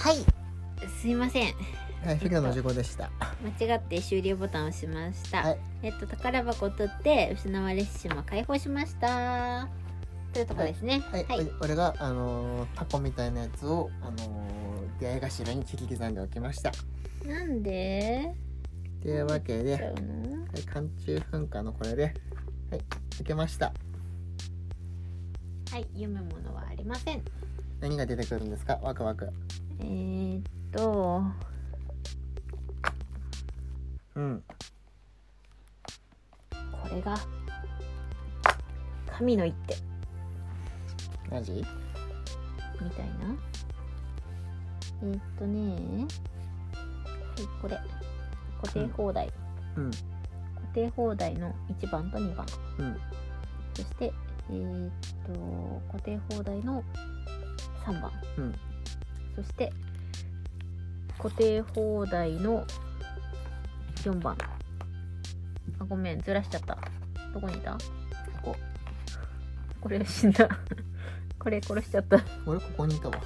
はい、すいません。 はい、フィギュアの時間でした。 間違って終了ボタンを押しました。 はい、 宝箱を取って失われし島解放しましたというところですね。 はい、俺がタコみたいなやつを出会い頭に切り刻んでおきました。 なんで？ というわけで、 はい、 寒中噴火のこれで、はい、受けました。 はい、読むものはありません。 何が出てくるんですか？ワクワク。うん。 これが神の一手。 マジ？ みたいな。はい、これ固定放題。 うん。 固定放題の1番と2番。 うん。 そして固定放題の3番。 うん。そして固定放題の4番。あ、ごめん、ずらしちゃった。どこにいた？これ死んだ。これ殺しちゃった。 俺ここにいたわ。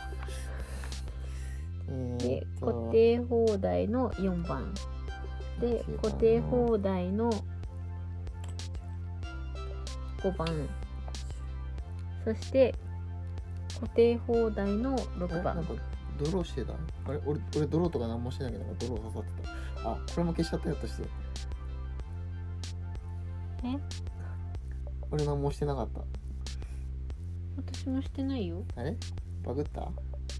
で、固定放題の4番。で、固定放題の5番。そして固定放題の6番。 なんかドローしてた？あれ、俺ドローとか何もしてないけどドロー刺さってた。あ、これも消しちゃったよとして。俺何もしてなかった。 私もしてないよ。 あれ？バグった？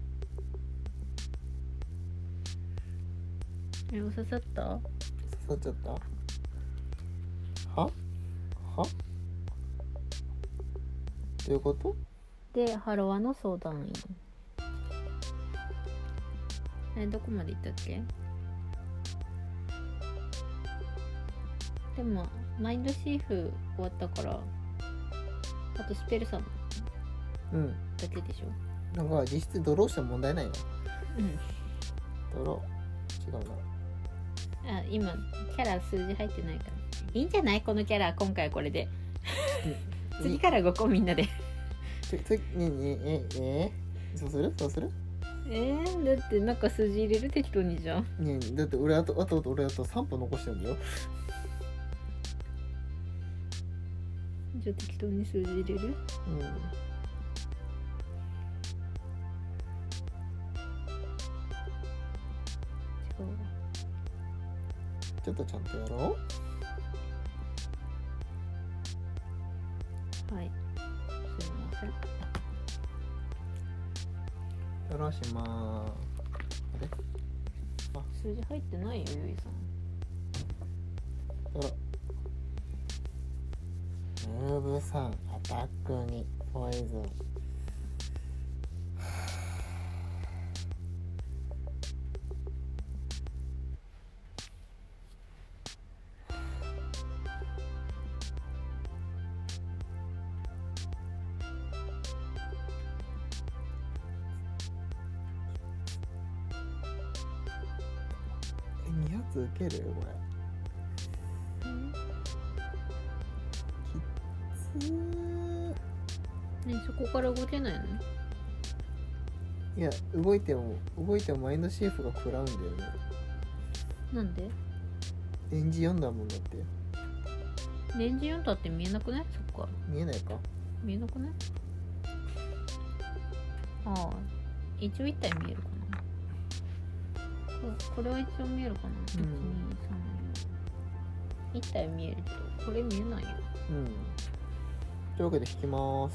刺さった？ 刺さっちゃった？は？どういうこと？ で、ハロワの相談員。どこまで行ったっけ？でもマインドシーフ終わったから、あとスペルさんだけでしょ。 なんか実質ドローしても問題ないよ。ドロー違うな。あ、今キャラ数字入ってないからいいんじゃない？このキャラ今回これで次から5個みんなでそうする？ だってなんか数字入れる適当にじゃん。 だって俺あと3歩残してるんだよ。 じゃあ適当に数字入れる？ ちょっとちゃんとやろう。はい、すいません。 ドローしまーす。 数字入ってないよ、ゆいさん。 ドロムーブ3、アタック2、ポイズン。2発受けるよこれ。 そこから動けないの？ いや、動いてもマインドシーフが食らうんだよね。 なんで？ レンジ4だもんだって。 レンジ4だって見えなくない？そっか。 見えないか？ 見えなくない？ああ、一応1体見えるかな。これは一応見えるかな。1、2、3、1体見えるけどこれ見えないよ。 というわけで引きます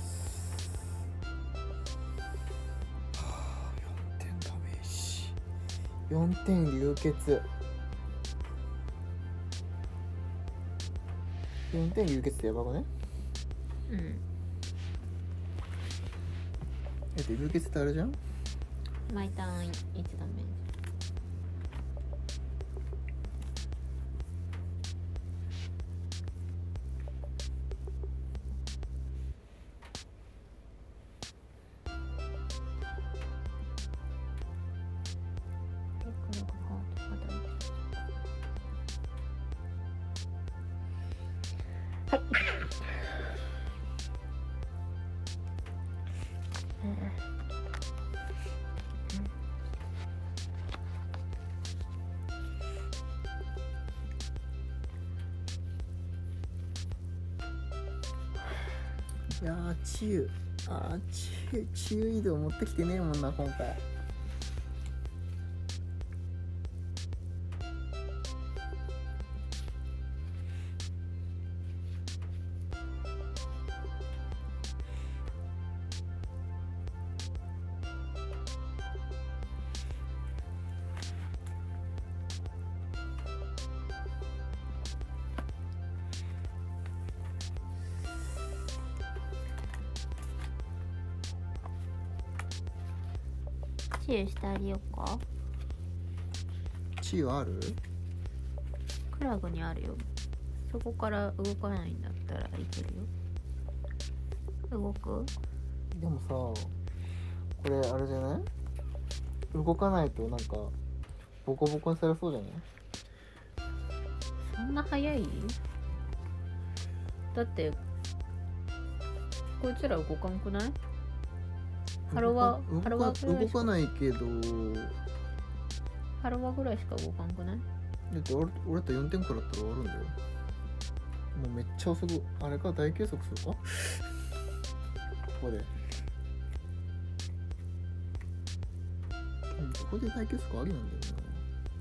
。4点ダメージ、4点流血、4点流血ってやばくね？流血ってあれじゃん？ 毎ターン1ダメージ。 いやー治癒移動持ってきてねえもんな今回。 治癒してあげようか。 治癒ある？ クラブにあるよ。そこから動かないんだったらいけるよ。動く？ でもさ、これあれじゃない？動かないとなんかボコボコにされそうじゃない？ そんな早い？だってこいつら動かんくない？ハロワぐらい動かないけど、 ハロワぐらいしか動かんくない？ だって俺と4点くらったら終わるんだよ。もうめっちゃ遅く、あれか大計測するかここで、ここで大計測ありなんだよな。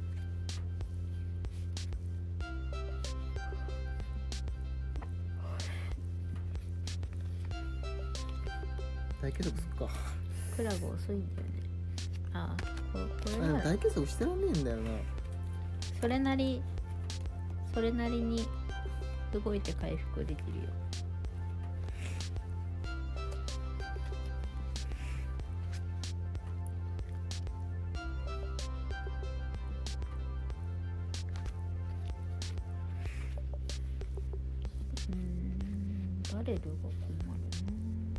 大計測するか。 クラブ遅いんだよね。ああ、これでも大計測してらんねえんだよな。 それなりに動いて回復できるよ。バレルが困るな。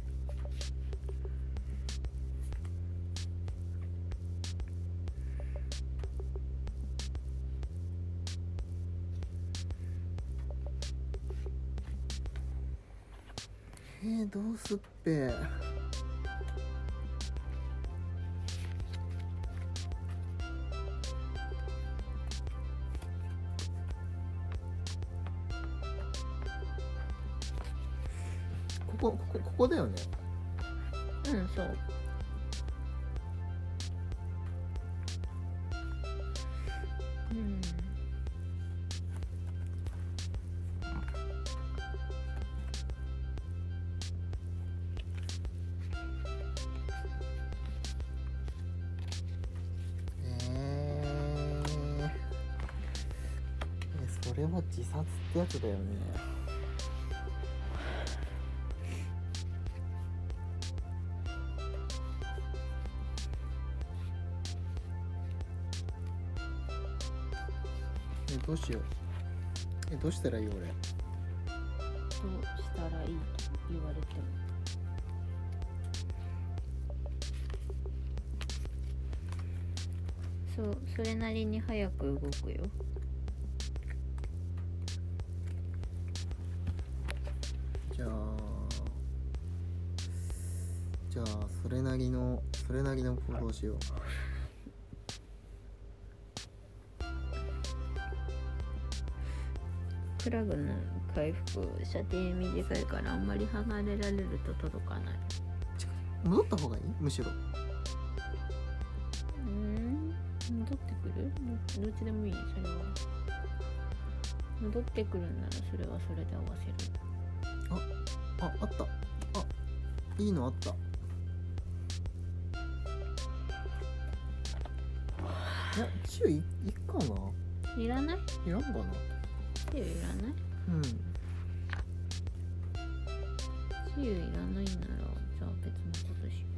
どうすっぺ。ここだよね。 うん、そう。それは自殺ってやつだよね。どうしよう。どうしたらいい俺。 どうしたらいいと言われても、それなりに早く動くよ。 じゃあそれなりの行動しよう。 クラグの回復射程短いからあんまり離れられると届かない。 戻った方がいい？むしろ戻ってくる？どっちでもいい。それは戻ってくるんならそれはそれで合わせる。 あった。いいのあった。治癒いっかな。 いらない？ いらんかな。 治癒いらない？治癒いらないならじゃあ別のことしよ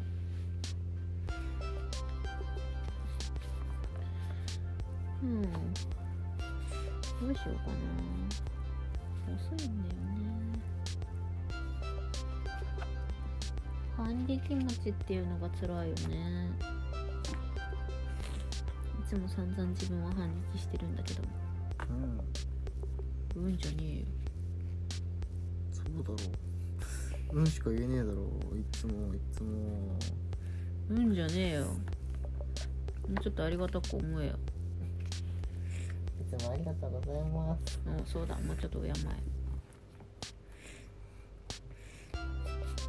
う。どうしようかな。遅いんだよね。反撃持ちっていうのが辛いよね。いつも散々自分は反撃してるんだけど。じゃねえよ。 そうだろう。しか言えねえだろう。いつも。 じゃねえよ。もうちょっとありがたく思えよ。 いつもありがとうございます。 そうだ、もうちょっと敬え。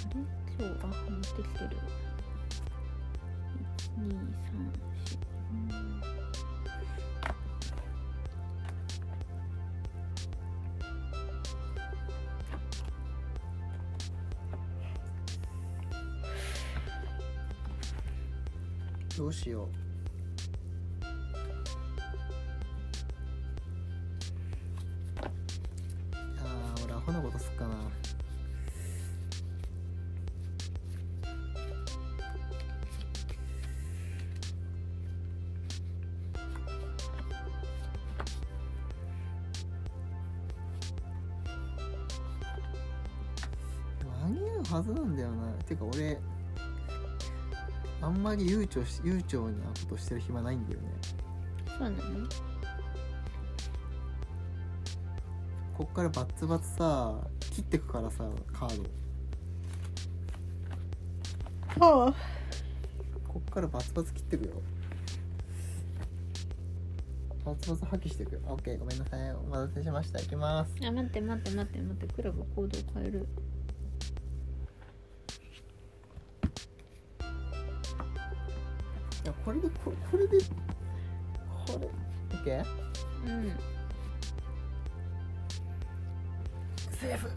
今日持ってきてる。1、2、3、4。 どうしよう。俺アホなことすっかな。間に合うはずなんだよな。てか俺あんまり悠長なことしてる暇ないんだよね。 そうなの？ こっからバツバツさ切ってくからさ、カード。はあ。こっからバツバツ切ってくよ。バツバツ破棄してくよ。オッケー、ごめんなさい。お待たせしました。行きます。 あ、待って。クラブコードを変える。 いや、これでオッケー？ うん。 セーフ。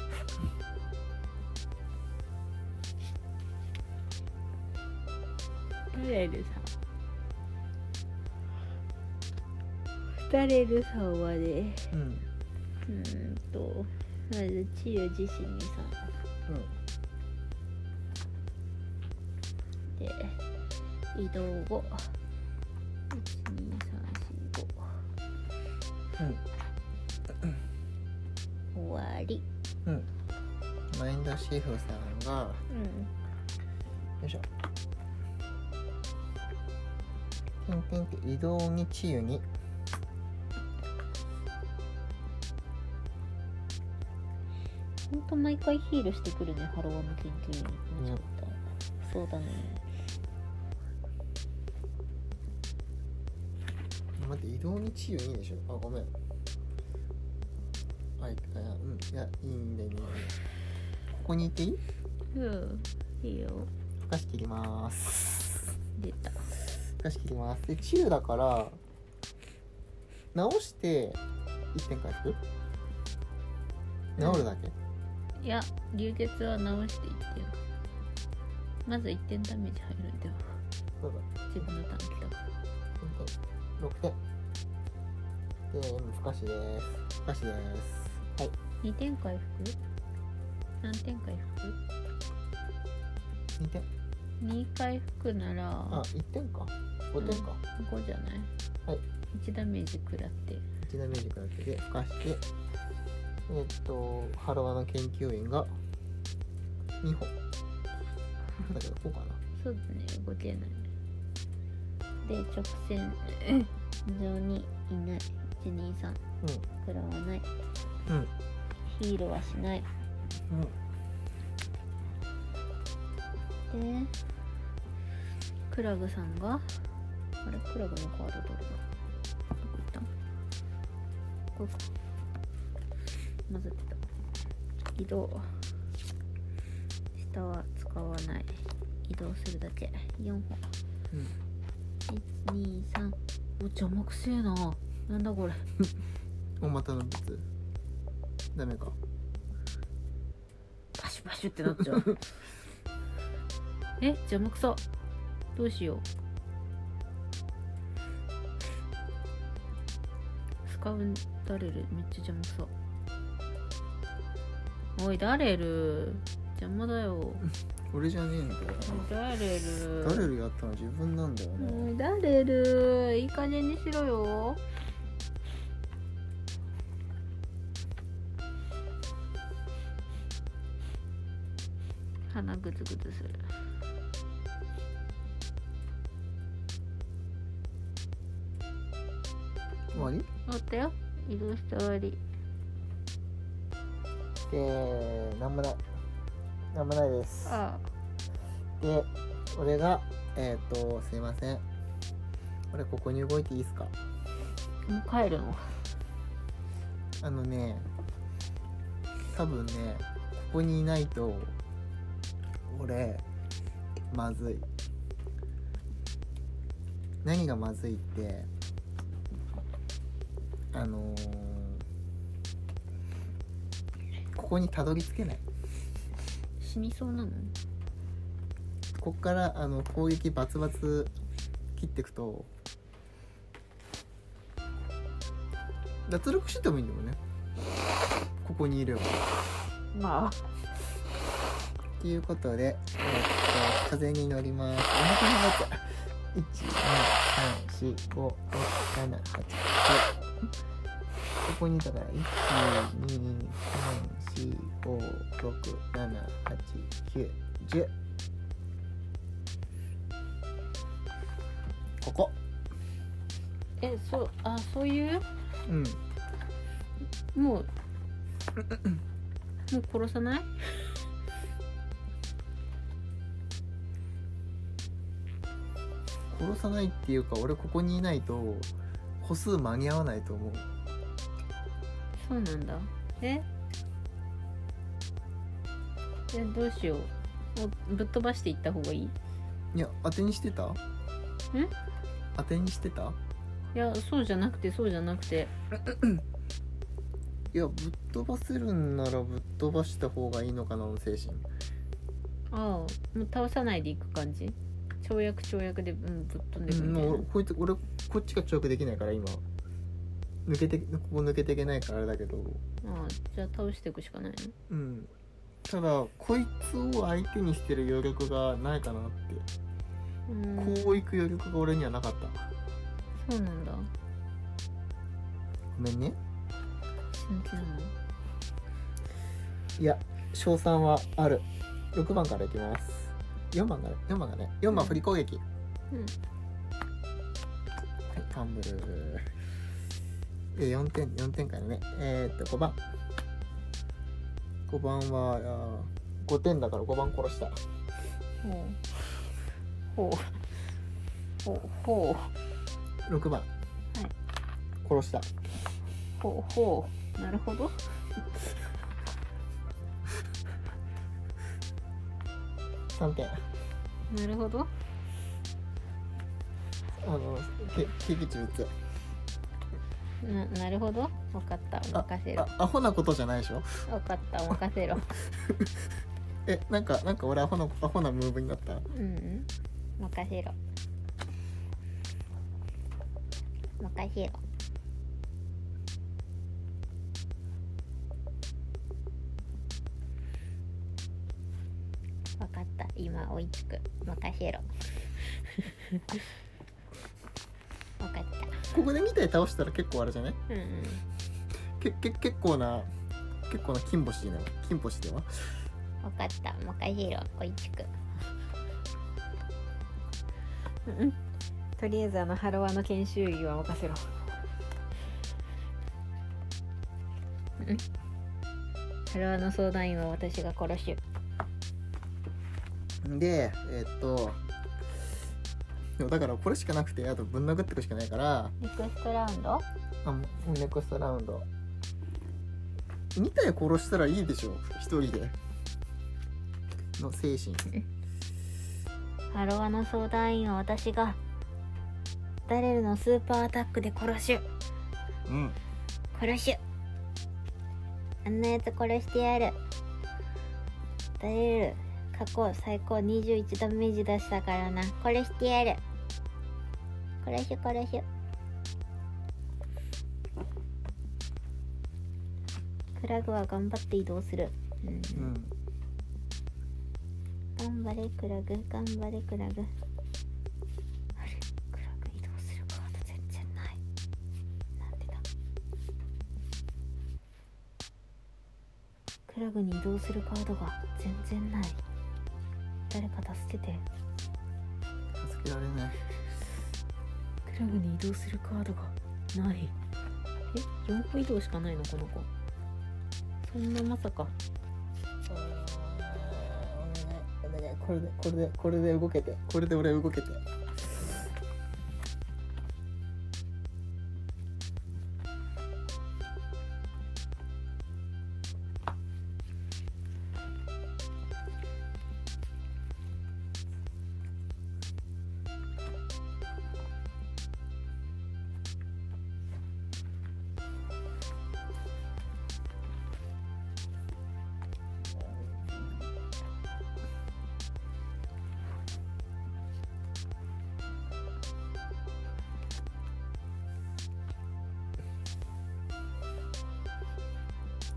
ダレルさんはね、まず治癒自身にさ、で移動後12345、終わり。 マインドシーフさんが、よいしょ、テンテンって移動に治癒に、 ほんと毎回ヒールしてくるね、ハロワの研究員。そうだね。 待って、移動に治癒にでしょ。あ、ごめん。いや、いいんだよね。ここにいていい？ いいよ。 ふかし切ります。 出た。 ふかし切ります。で、治癒だから直して1点回復？治るだけ？ いや、流血は直して1点。まず1点ダメージ入るんだよ。 そうだ。 自分の短期だから。 6点。で、ふかしです。ふかしです。はい。 2点回復？何点回復？ 2点。 2回復なら、 あ、1点か。5点か。 5じゃない？ はい。 1ダメージ食らって。 1ダメージ食らってで、ふかして、ハロワの研究員が2本。だけど、こうかな。 そうだね、動けない。で、直線上にいない。1、2、3。食らわない。ヒールはしない。で、クラグさんが、あれ、クラグのカードどれだ？どこ行った？これか。混ざってた。移動。下は使わない。移動するだけ。4本。1、2、3。お、邪魔くせえな。なんだこれ。 お股の物。ダメか。 パシュパシュってなっちゃう。邪魔くさ。どうしよう。スカウンダレルめっちゃ邪魔くさ。おいダレル邪魔だよ。 俺じゃねえんだよ。 ダレルやったの自分なんだよね。 ダレルいい加減にしろよ。鼻グズグズする。 終わり？ 終わったよ。移動して終わり。 で、なんもないです。で、俺がすいません。俺ここに動いていいですか？ もう帰るの？ 多分ね、ここにいないと俺まずい。何がまずいってここにたどり着けない。 死にそうなの？ こっから攻撃バツバツ切っていくと脱力してもいいんだよね、ここにいれば。 まあということで、風に乗ります。お腹の中1、2、3、4、5、6、7、8、9。ここにだから1、2、3、4、5、6、7、8、9、10。ここ。 そういう？もう殺さない？ 殺さないっていうか、俺ここにいないと歩数間に合わないと思う。 そうなんだ。どうしよう。ぶっ飛ばしていった方がいい？ いや、当てにしてた？当てにしてた？ いや、そうじゃなくていや、ぶっ飛ばせるんならぶっ飛ばした方がいいのかなの精神。 もう倒さないでいく感じ？跳躍で、ぶっ飛んでくみたいな。 俺こっちが跳躍できないから今ここ抜けていけないからあれだけど。 じゃあ倒していくしかないの？ ただこいつを相手にしてる余力がないかなって。こう行く余力が俺にはなかった。 そうなんだ。 ごめんね。 死ぬ気なの？ いや、賞賛はある。6番からいきます。4番がね、4番振り攻撃。はい、ファンブル。4点からね。5番は5点だから5番殺した。 ほう。 6番、殺した。 なるほど。 3点。 なるほど。 経験値打つ。 なるほど。分かった。任せろ。 アホなことじゃないでしょ。 分かった。任せろ。 なんか俺アホなムーブになった。 任せろ。分かった。今追いつく。任せろ。分かった。 ここで2体倒したら結構あれじゃない？結構な金星では。 分かった。任せろ。追いつく。とりあえずハロワの研修医は任せろ。ハロワの相談員は私が殺し。 でだからこれしかなくて、あとぶん殴っていくしかないから。 ネクストラウンド？ ネクストラウンド2体殺したらいいでしょ、1人での精神。 ハロワの相談員は私がダレルのスーパーアタックで殺し。あんなやつ殺してやる。ダレル過去最高21ダメージ出したからな。殺してやる。殺し。クラグは頑張って移動する。頑張れクラグ。あれクラグ移動するカード全然ない。なんでだ。クラグに移動するカードが全然ない。誰か助けて。 助けられない。 クラグに移動するカードがない。4個移動しかないのこの子。そんなまさか。 これで動けて。これで俺動けて。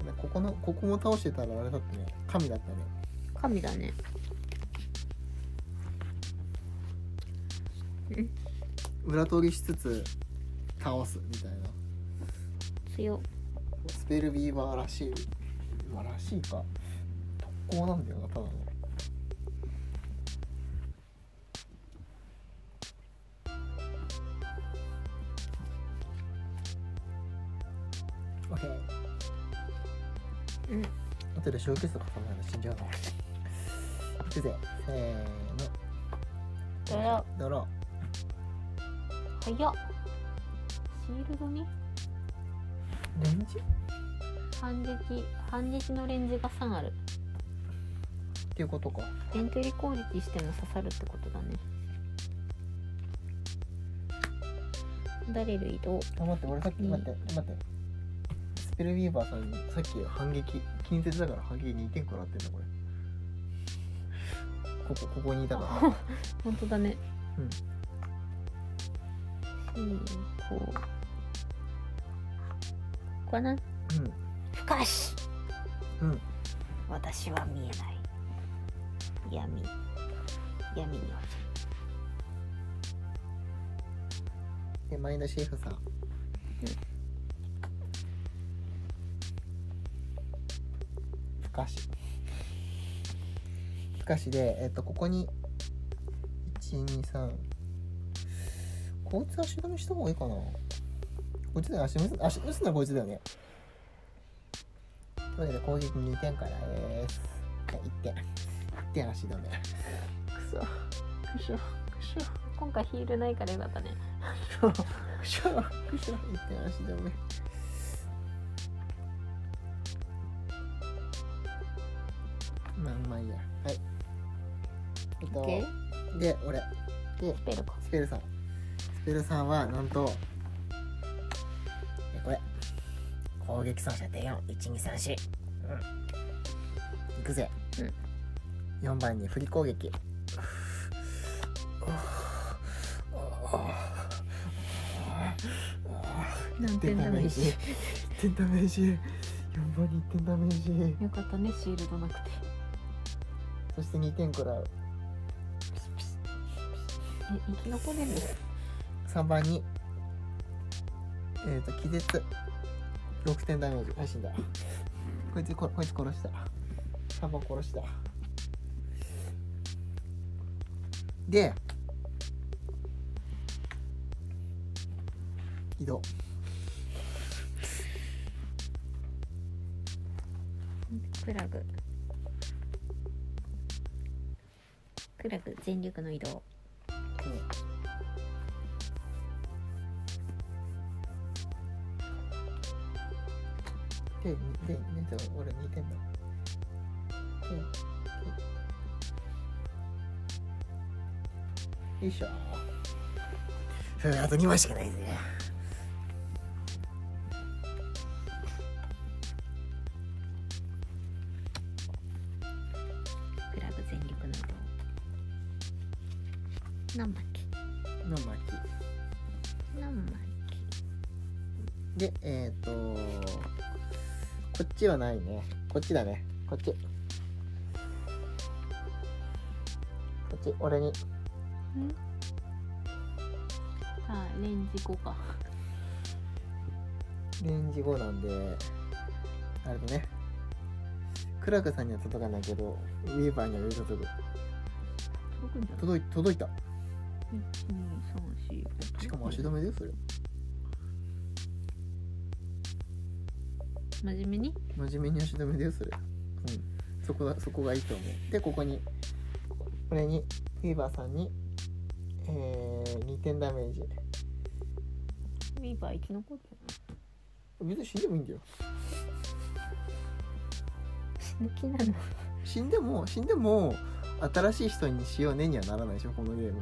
ここも倒してたらあれだったね、神だったね。 神だね。 裏取りしつつ倒すみたいな。 強っ。 スペルビーバーらしい、らしいか、特攻なんだよな、ただの。オッケー。後で小決とか考えるの死んじゃうの。いくぜ、せーの。ドロ早っ。シールドにレンジ反撃のレンジが3あるっていうことか。 遠距離攻撃しても刺さるってことだね。ダレル移動。 待って、俺さっき待ってスペルビーバーさんにさっき反撃近接だから反撃2点食らってんだこれ。ここにいたから本当だね。ここかな。不可視。私は見えない。闇に落ちる。 でマインドシェフさん、不可視でここに123、こいつ足止めした方がいいかな。こいつだよ、足打つのはこいつだよね。というわけで攻撃2点からです。1点足止め。くそ今回ヒールないからよかったね。 1点足止め。まあいいや。はい。で俺でスペルさんはなんとこれ攻撃走者で41234、いくぜ。4番に振り攻撃。 何点ダメージ。 1点ダメージ。4番に1点ダメージ。 よかったね、シールドなくて。 そして2点食らう。 生き残れる。 3番に気絶6点ダメージ。死んだ。こいつ殺した。3番殺した。で移動。 クラグ全力の移動。 で俺2点だ。よいしょ。あと2枚しかないぜ。 クラグ全力の移動。何巻でこっちはないね。こっちだね。こっち俺に。 レンジ5か。 レンジ5なんであれだね。クラクさんには届かないけどウィーバーには届く。届いた。しかも足止めだよそれ。 真面目に足止めだよそれ。そこがいいと思う。でここにこれにウィーバーさんに2点ダメージ。 ウィーバー生き残ってる。別に死んでもいいんだよ。 死ぬ気なの。 死んでも新しい人にしようねにはならないでしょこのゲーム。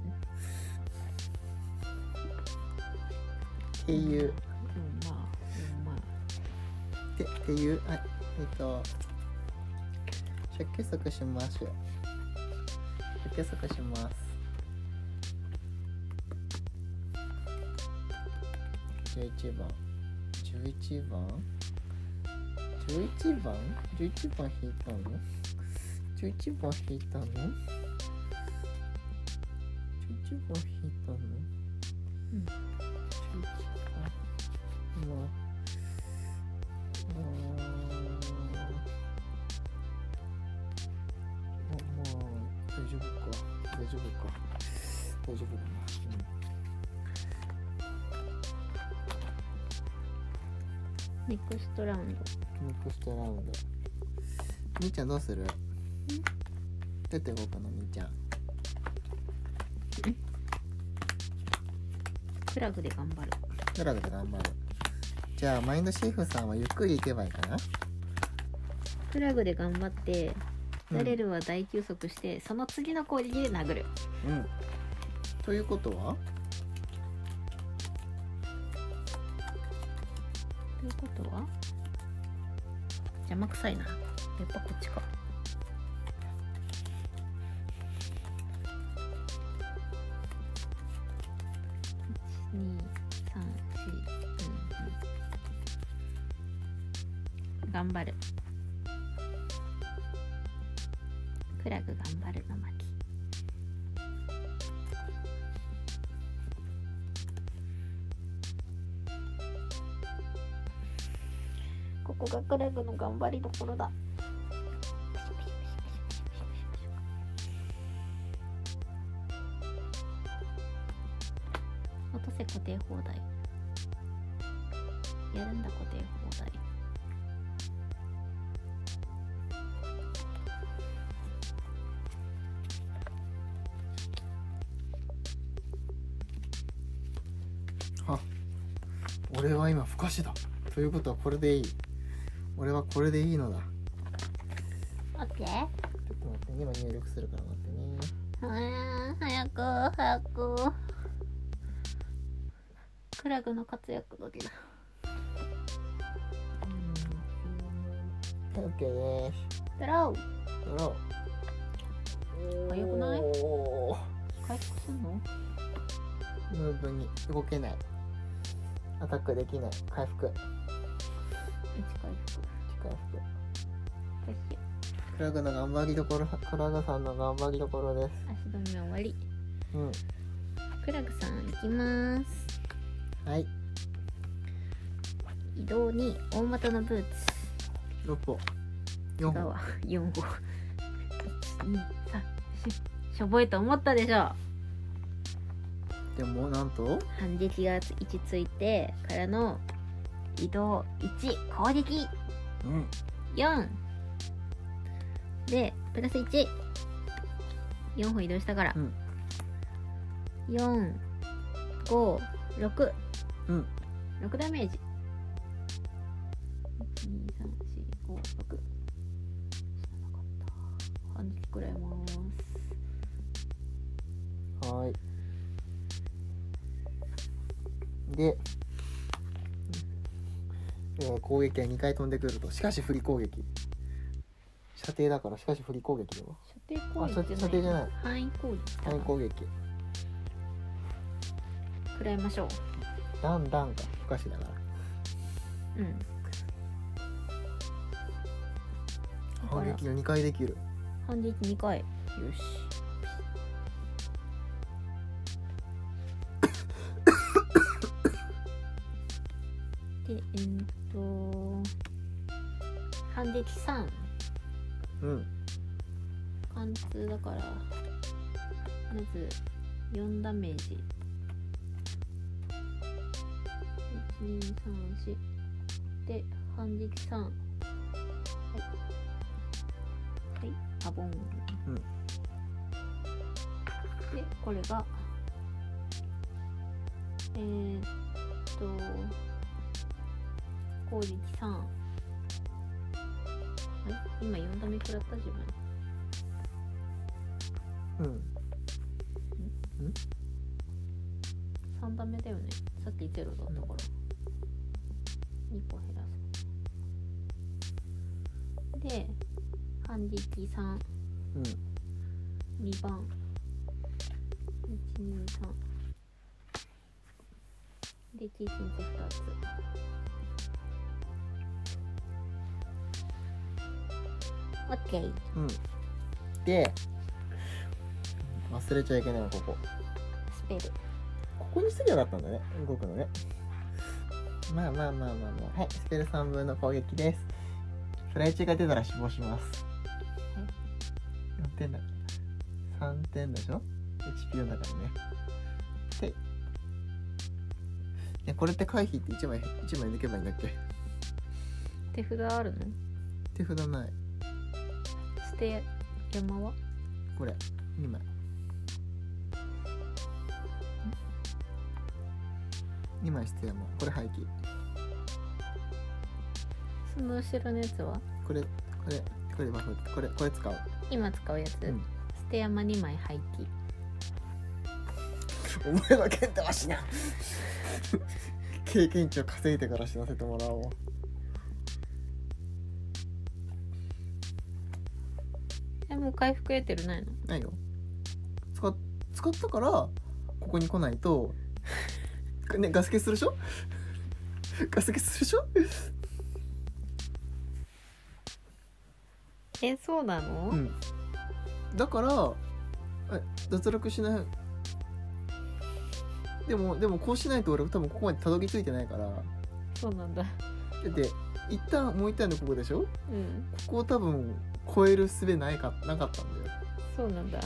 っていう。っていう。はい。出血速します。11番 11番引いたの11番引いたのうん。 大丈夫だな。 ネクストラウンド。 みーちゃんどうする？出て動くのみーちゃん。 クラグで頑張る。 じゃあマインドシーフさんはゆっくり行けばいいかな。 クラグで頑張ってザレルは大休息して、その次の攻撃で殴る。 ということは邪魔くさいな。やっぱこっちか。1、2、3、4、頑張る。クラグ頑張るの巻。ここがクラグの頑張りどころだ。落とせ固定放題。やるんだ固定放題。 俺は今不可視だ。ということはこれでいい。俺はこれでいいのだ。 オッケー。 ちょっと待って、今入力するから待ってね。 早く。クラグの活躍だけだ。 オッケーです。 ドロー。 早くない？回復すんの？ ムーブに動けない。アタックできない。回復。 1回復。 クラグの頑張りどころ、クラグさんの頑張りどころです。 足止め終わり。 クラグさん行きます。 はい。 移動に大股のブーツ。 6歩。4歩。 4歩。1、2、3、4。しょぼいと思ったでしょ。 でもなんと反撃が1ついてからの移動1攻撃、4でプラス14歩移動したから、4、5、6、6ダメージ。1、2、3、4、5、6。反撃くらいます。 はい。で、攻撃は2回飛んでくると。しかし振り攻撃。射程だから、しかし振り攻撃だわ。射程じゃない。 範囲攻撃。食らいましょう。 ダンか不可視だから。反撃が2回できる。 反撃2回。よし。で、反撃3。貫通だからまず4ダメージ。1,2,3,4で反撃3。はい、アボン。でこれが攻撃3。はい、今4ダメ食らった自分。3ダメだよね。さっき0だったから2個減らす。で反撃3、2番 1,2,3 で経験値2つ。 オッケー。 うん。で忘れちゃいけないのここ。 スペル。 ここにすりゃよかったんだね、動くのね。まあ。はい、スペル3分の攻撃です。フライチが出たら死亡します。4点だから。3点でしょ？ HP4 だからね。で、これって回避って1枚抜けばいいんだっけ？ 手札あるの？ 手札ない。 捨て山は？ これ2枚。2枚捨て山。これ廃棄。 その後ろのやつは？ これバフ。これ使う。 今使うやつ、 うん、 捨て山2枚廃棄。 お前の剣だわしな経験値を稼いでから死なせてもらおう。 もう回復得てるないの？ ないよ。使ったからここに来ないとね、ガス欠するでしょガス欠するでしょそうなの？ うん。だから脱落しない。でもこうしないと俺多分ここまでたどり着いてないから。 そうなんだ。 で一旦もう一旦でここでしょ。 うん。 ここを多分超える術なかったんだよ。 そうなんだ。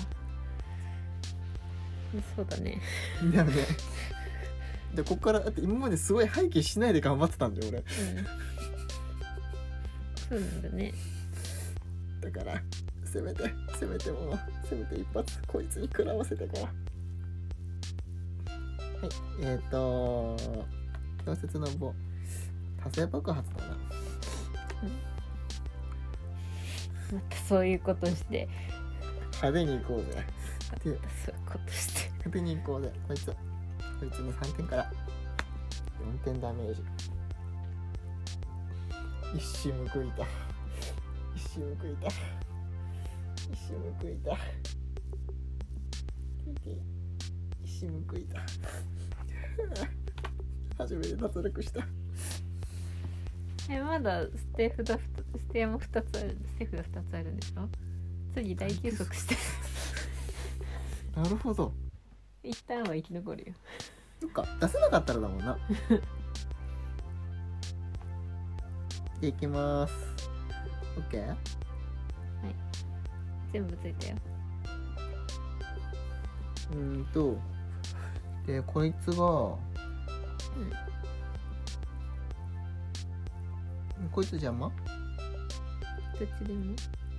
そうだね。 だよね。でここからだって今まですごい廃棄しないで頑張ってたんだよ俺。 そうなんだね。 だからせめて一発こいつに食らわせてから。はい、強説の棒多勢爆発だな。 またそういうことして派手に行こうぜ。 そういうことして派手に行こうぜ。こいつに3点から4点ダメージ。一矢報いた。初めて脱落した。 まだ捨て山2つある。捨て札2つあるんでしょ。次大休息してなるほど。 一旦は生き残るよ。 そっか、出せなかったらだもんな。で、いきます。 OK？ はい、全部ついたよ。 でこいつが、こいつ邪魔？ どっちでも。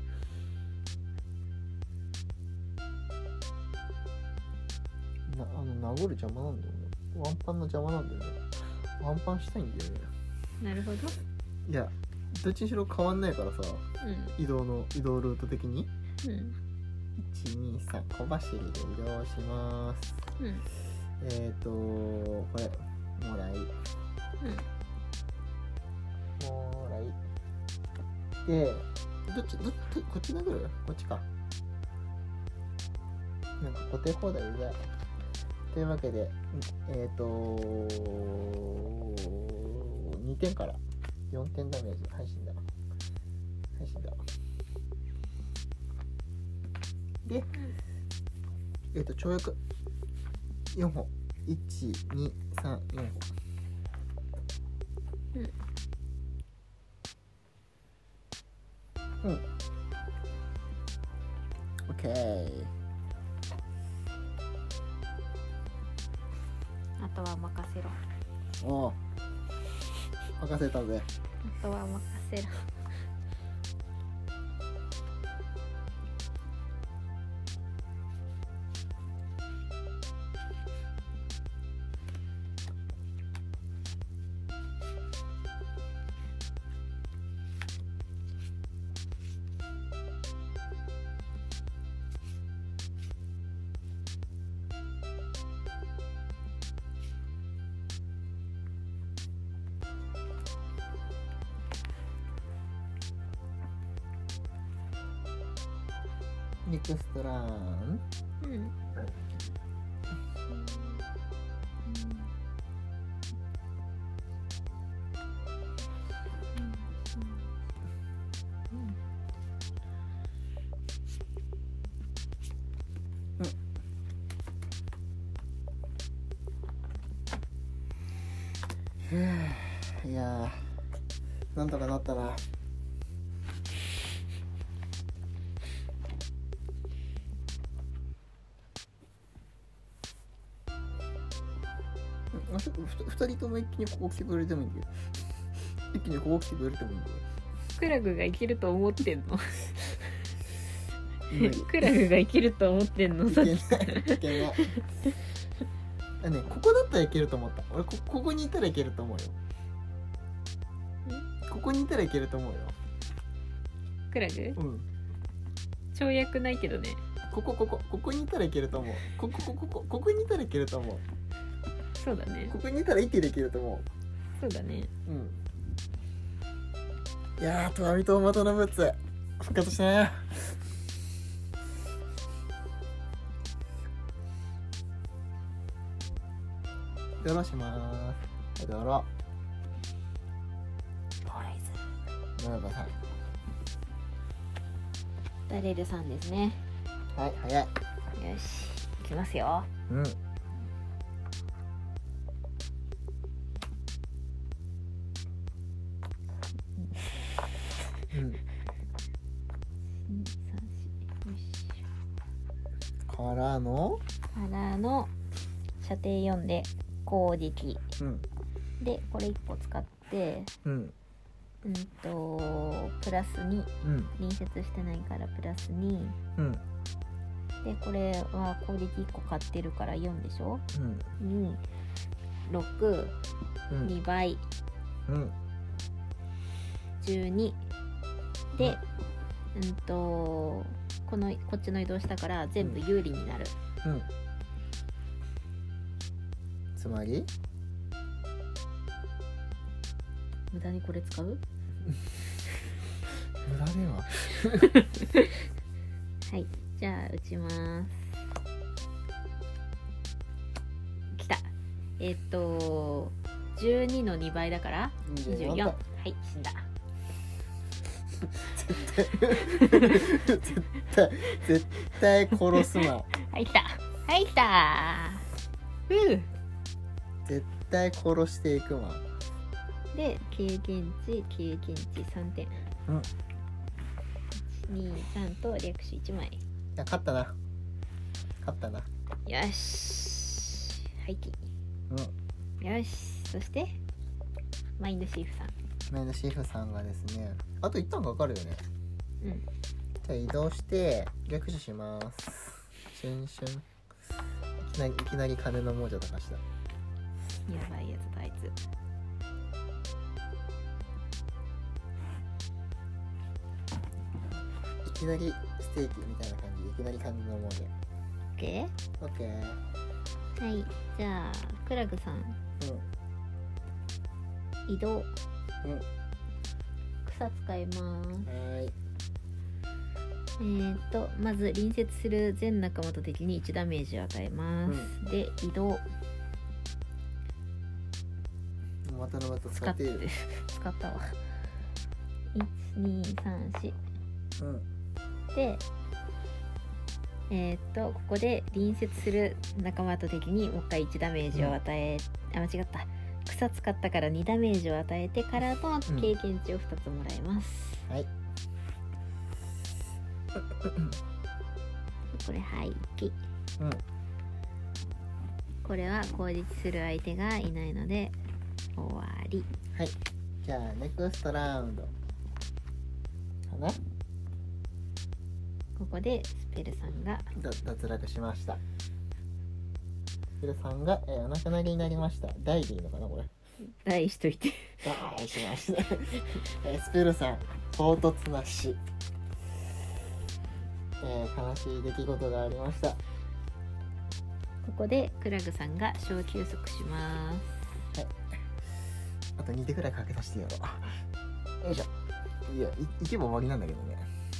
殴る邪魔なんだよね。ワンパンの邪魔なんだよね。ワンパンしたいんだよね。 なるほど。 いや、どっちにしろ変わんないからさ、移動ルート的に。123小走りで移動します。これもらい、で、こっち殴る？こっちか。なんか固定放題うざい。というわけで2点から4点ダメージ。配信だ。で、跳躍4歩。1、2、3、4歩。OK。 あとは任せろ。 おう、任せたぜ。 あとは任せろ。 ネクストラン。 いやーなんとかなったな。2人とも一気にここ来てくれてもいいんだよ。一気にここ来てくれてもいいんだよ。 クラグがいけると思ってんの無理クラグがいけると思ってんのいけないいけないあ、ね、ここだったらいけると思った。俺ここにいたらいけると思うよ。ここにいたらいけると思うよ。 クラグうん跳躍ないけどね。 ここにいたらいけると思う。ここにいたらいけると思う。 そうだね。 ここにいたら一気でいけると思そうだね。 う。いやー、トワミと的のブーツ復活したね。ドローしまーす。ドロー。ポイズン。ムーバさん。 ダレルさんですね。 はい、早い。 よし、いきますよ。 うん。からのからの射程4で攻撃でこれ1個使ってプラス2隣接してないからプラス2でこれは攻撃1個買ってるから4でしょ、2、6、2倍、12でこっちの移動したから全部有利になる、 つまり無駄にこれ使う無駄でははい、じゃあ打ちます。きた。12の2倍だから24。はい、死んだ。 絶対殺すな。 はい、来た。はい、来た。 絶対殺していくわ。 で、経験値3点。2、3と略取1枚。 いや、勝ったな。 よし。はいき。よし。そして、マインドシーフさん。 マインドシーフさんがですね、あと一旦かかるよね。じゃあ移動して略取します。シュンシュン。いきなり金の亡者とかした。 やばいやつだあいつ。 いきなりステーキみたいな感じでいきなり金の亡者。 オッケー。はい、じゃあクラグさん。移動。草使います。まず隣接する全仲間と敵に1ダメージを与えます。で、移動。 またのまた使っている。 使ったわ。1、2、3、4。で、ここで隣接する仲間と敵にもう一回1ダメージを与え、間違った。草使ったから2ダメージを与えてからの経験値を2つもらえます。 はい。 これ廃棄。これは攻撃する相手がいないので終わり。 はい。じゃあネクストラウンドかな。 ここでスペルさんが脱落しました。スペルさんが、お亡くなりになりました。大でいいのかなこれ。 大しといて。 大しました。スペルさん唐突な死。悲しい出来事がありました。 ここでクラグさんが小休息します。 はい。あと2手くらいかけさせてやろう。よいしょ。いや、いけば終わりなんだけどね。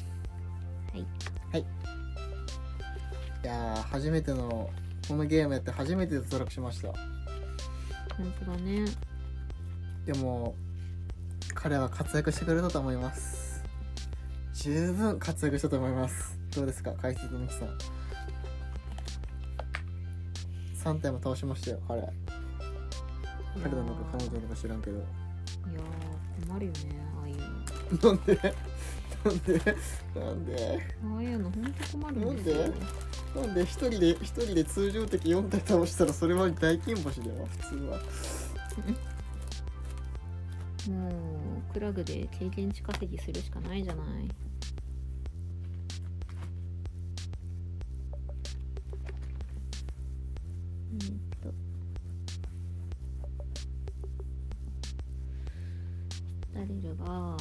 はい。いやー、初めてのこのゲームやって初めて脱落しました。 本当だね。 でも彼は活躍してくれたと思います。十分活躍したと思います。どうですか、解説のミキさん。3体も倒しましたよ彼。 彼女なのか彼女なのか知らんけど。 いやー困るよね、ああいうの。 なんでなんでああいうのほんと困るんですよ。 なんでなんで一人で通常敵4体倒したらそれは大金星だよ普通は。 もうクラグで経験値稼ぎするしかないじゃない。ダリルが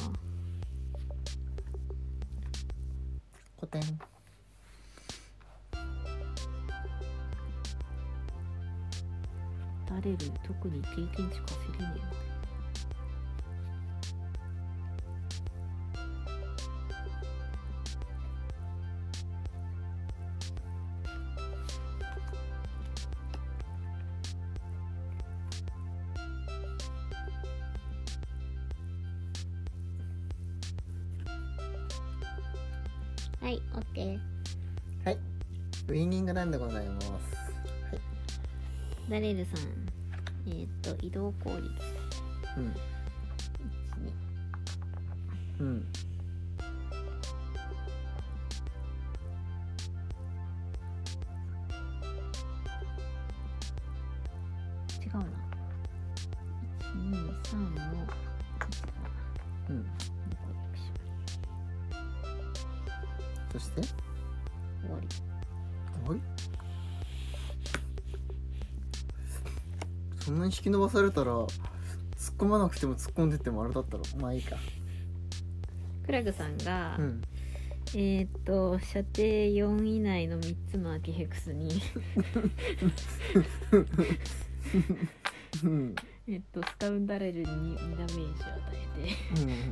古典。 ダレル特に経験値稼げねえな。はい、オッケー。 はい、ウィニングランでございます。 ダレルさん、移動効率うん。 違うな。123のうん。そして終わり。 はい。そんなに引き伸ばされたら突っ込まなくても突っ込んでってもあれだったろ。まあいいか。 クラグさんが、 うん。 射程4以内の3つのアキヘクスにうんスカウンダレルに2ダメージを与えてうん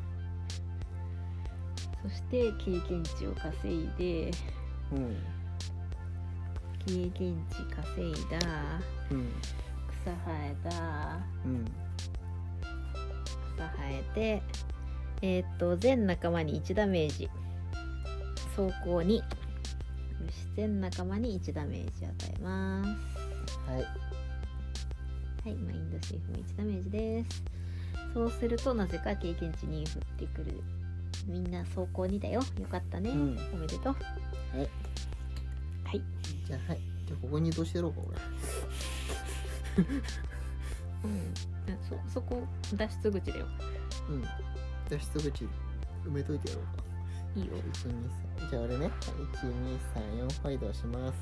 そして経験値を稼いで、 うん経験値稼いだ、 うん草生えた、 うん草生えて全仲間に1ダメージ、走行によし全仲間に1ダメージ与えます。 はいはい、マインドシーフも1ダメージです。そうするとなぜか経験値2降ってくる。みんな走行2だよ。よかったね、 うんおめでとう。 はいはい、 じゃあここに移動してやろうかそこ脱出口だよ。 俺。うん脱出口埋めといてやろうか。 いいよ。 123じゃあ俺ね1234ファイトをします。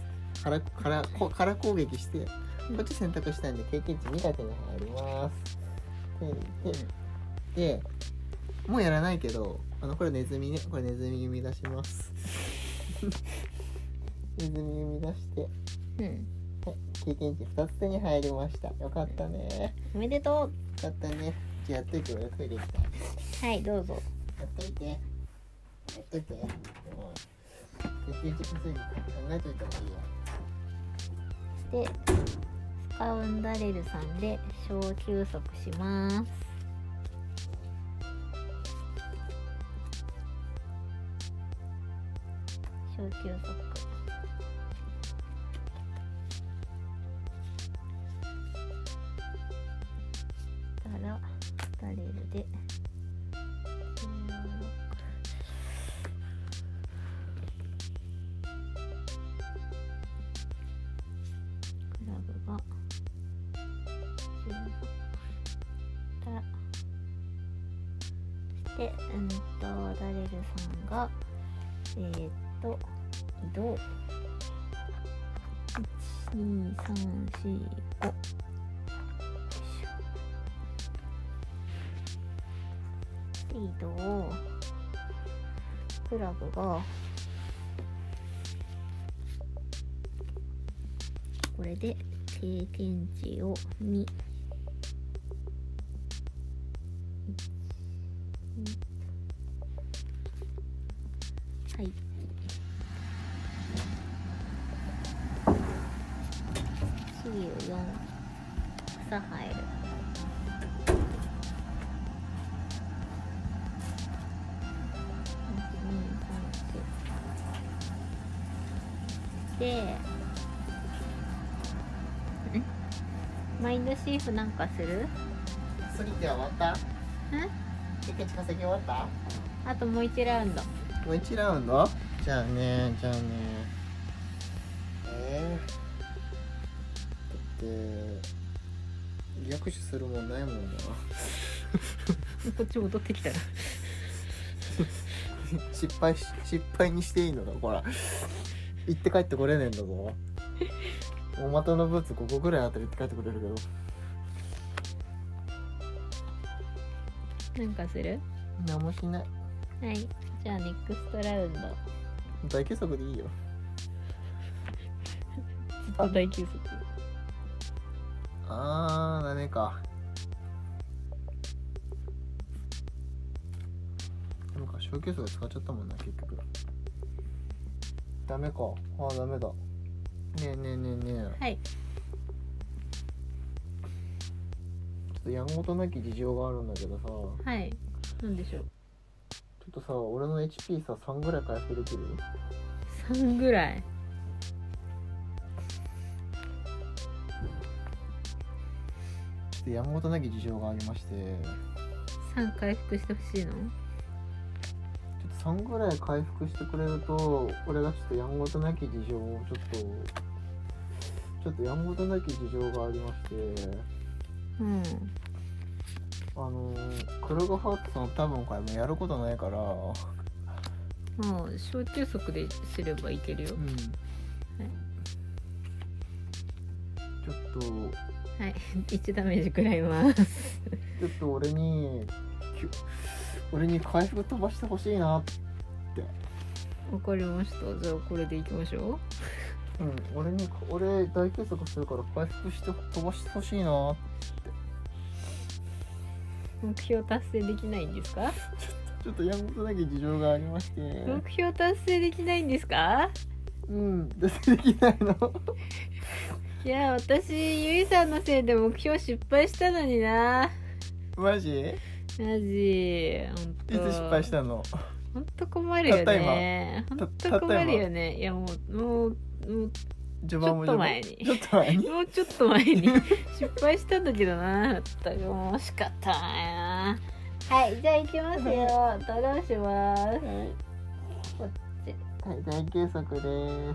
から攻撃してこっち選択したんで経験値2が手に入ります。でもうやらないけどこれネズミね、これネズミ生み出しますネズミ生み出してはい、経験値2つ手に入りました。よかったね。 おめでとよかったね。じゃあやっといて、俺トイレ行きたい。 う。はい、どうぞ。 やっといて。やっといて。もう経験値稼ぎ考えといた方がいいよ。 でスカウンダレルさんで小休息します。小休息たらダレルでクラブがたらでダレルさんが移動12345移動クラブがこれで経験値を2はい94草生えるでマインドシーフなんかする？ ソリティア終わった？ ん？ 経験値稼ぎ終わった？ あともう1ラウンド。 もう1ラウンド？じゃあねだって逆手するもんないもんなこっち戻ってきたら失敗にしていいのか、ほら行って帰ってこれねえんだぞおまたのブーツ5個ぐらいあったら行って帰ってくれるけど、 なんかする？ 何もしない。 はい、じゃあネクストラウンド大休息でいいよ。 ずっと大休息。 ダメか。なんか小休息使っちゃったもんな、結局。ダメか。ダメだ。ねえ。 はい。 ちょっとやんごとなき事情があるんだけどさ。 はい。なんでしょう。 ちょっとさ、俺の HP さ、3ぐらい回復できる ？3ぐらい。 ちょっとやんごとなき事情がありまして。 3回復してほしいの？ ちょっと3ぐらい回復してくれると、俺がちょっとやんごとなき事情をちょっとやんごとなき事情がありまして。 うん。 クルガハートさん多分これもやることないから、 もう小休息ですればいけるよ。 うん、はい、ちょっとはい1ダメージくらいますちょっと俺に回復飛ばしてほしいなって。 わかりました。じゃあこれでいきましょう。俺大休息するから回復して飛ばしてほしいなって。 目標達成できないんですか？ ちょっとやんごとなき事情がありまして。 目標達成できないんですか？ できないのいや私ゆいさんのせいで目標失敗したのにな。 マジほんといつ失敗したの？ ほんと困るよね。ほんと困るよね。いやもうちょっと前にもうちょっと前に失敗したんだけどな。全くもう仕方ないな。はい、じゃあ行きますよ。ドローします。こっち。 はい、大休息です。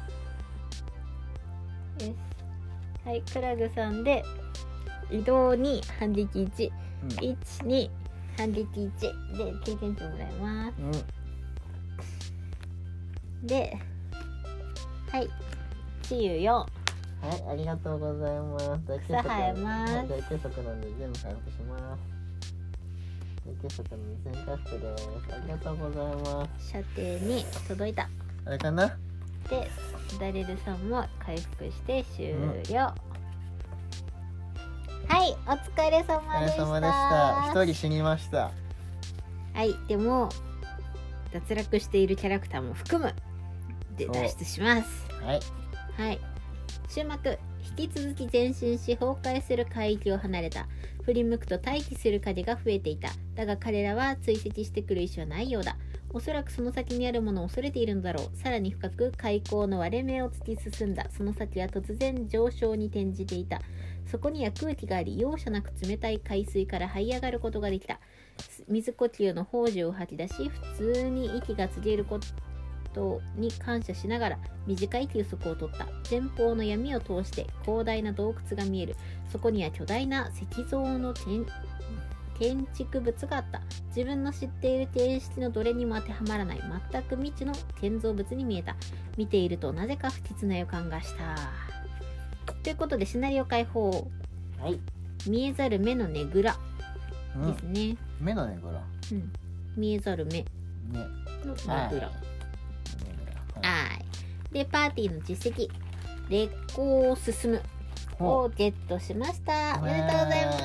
はい、クラグさんで移動に反撃1、1、2反撃1で経験値もらいます。で、はい治癒4。 はい、ありがとうございます。大休息生えます。 大休息なんで全部回復します。大休息の2000回復です。ありがとうございます。 射程に届いた。 あれかな。 で、ダレルさんも回復して終了。はい、お疲れ様でした。 お疲れ様でした。一人死にました。 はい、でも脱落しているキャラクターも含むで脱出します。はい、終幕。引き続き前進し崩壊する海域を離れた。振り向くと待機する影が増えていた。だが彼らは追跡してくる意思はないようだ。おそらくその先にあるものを恐れているのだろう。さらに深く海溝の割れ目を突き進んだ。その先は突然上昇に転じていた。そこには空気があり、容赦なく冷たい海水から這い上がることができた。水呼吸の宝珠を吐き出し、普通に息が継げることに感謝しながら短い休息を取った。前方の闇を通して広大な洞窟が見える。そこには巨大な石像の建築物があった。自分の知っている形式のどれにも当てはまらない全く未知の建造物に見えた。見ているとなぜか不吉な予感がした。ということでシナリオ解放、 はい、 見えざる目のねぐらですね。 目のねぐら、 見えざる目のねぐら。でパーティーの実績劣行を進むをゲットしました。おめでとうございます。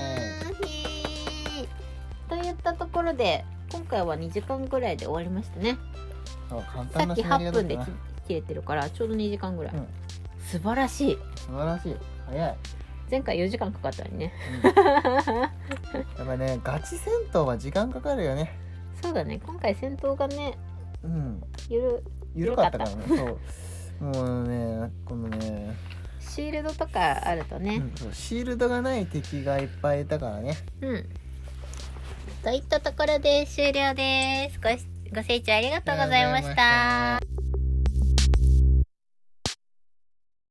といったところで今回は2時間ぐらいで終わりましたね。さっき8分で切れてるからちょうど2時間ぐらい、素晴らしい。 素晴らしい。早い。 前回4時間かかったのにね、 やっぱねガチ戦闘は時間かかるよね。 そうだね、今回戦闘がね、 緩かったからね。そうもうねこのねシールドとかあるとね。 そうシールドがない敵がいっぱいいたからね。 といったところで終了です。ご清聴ありがとうございました。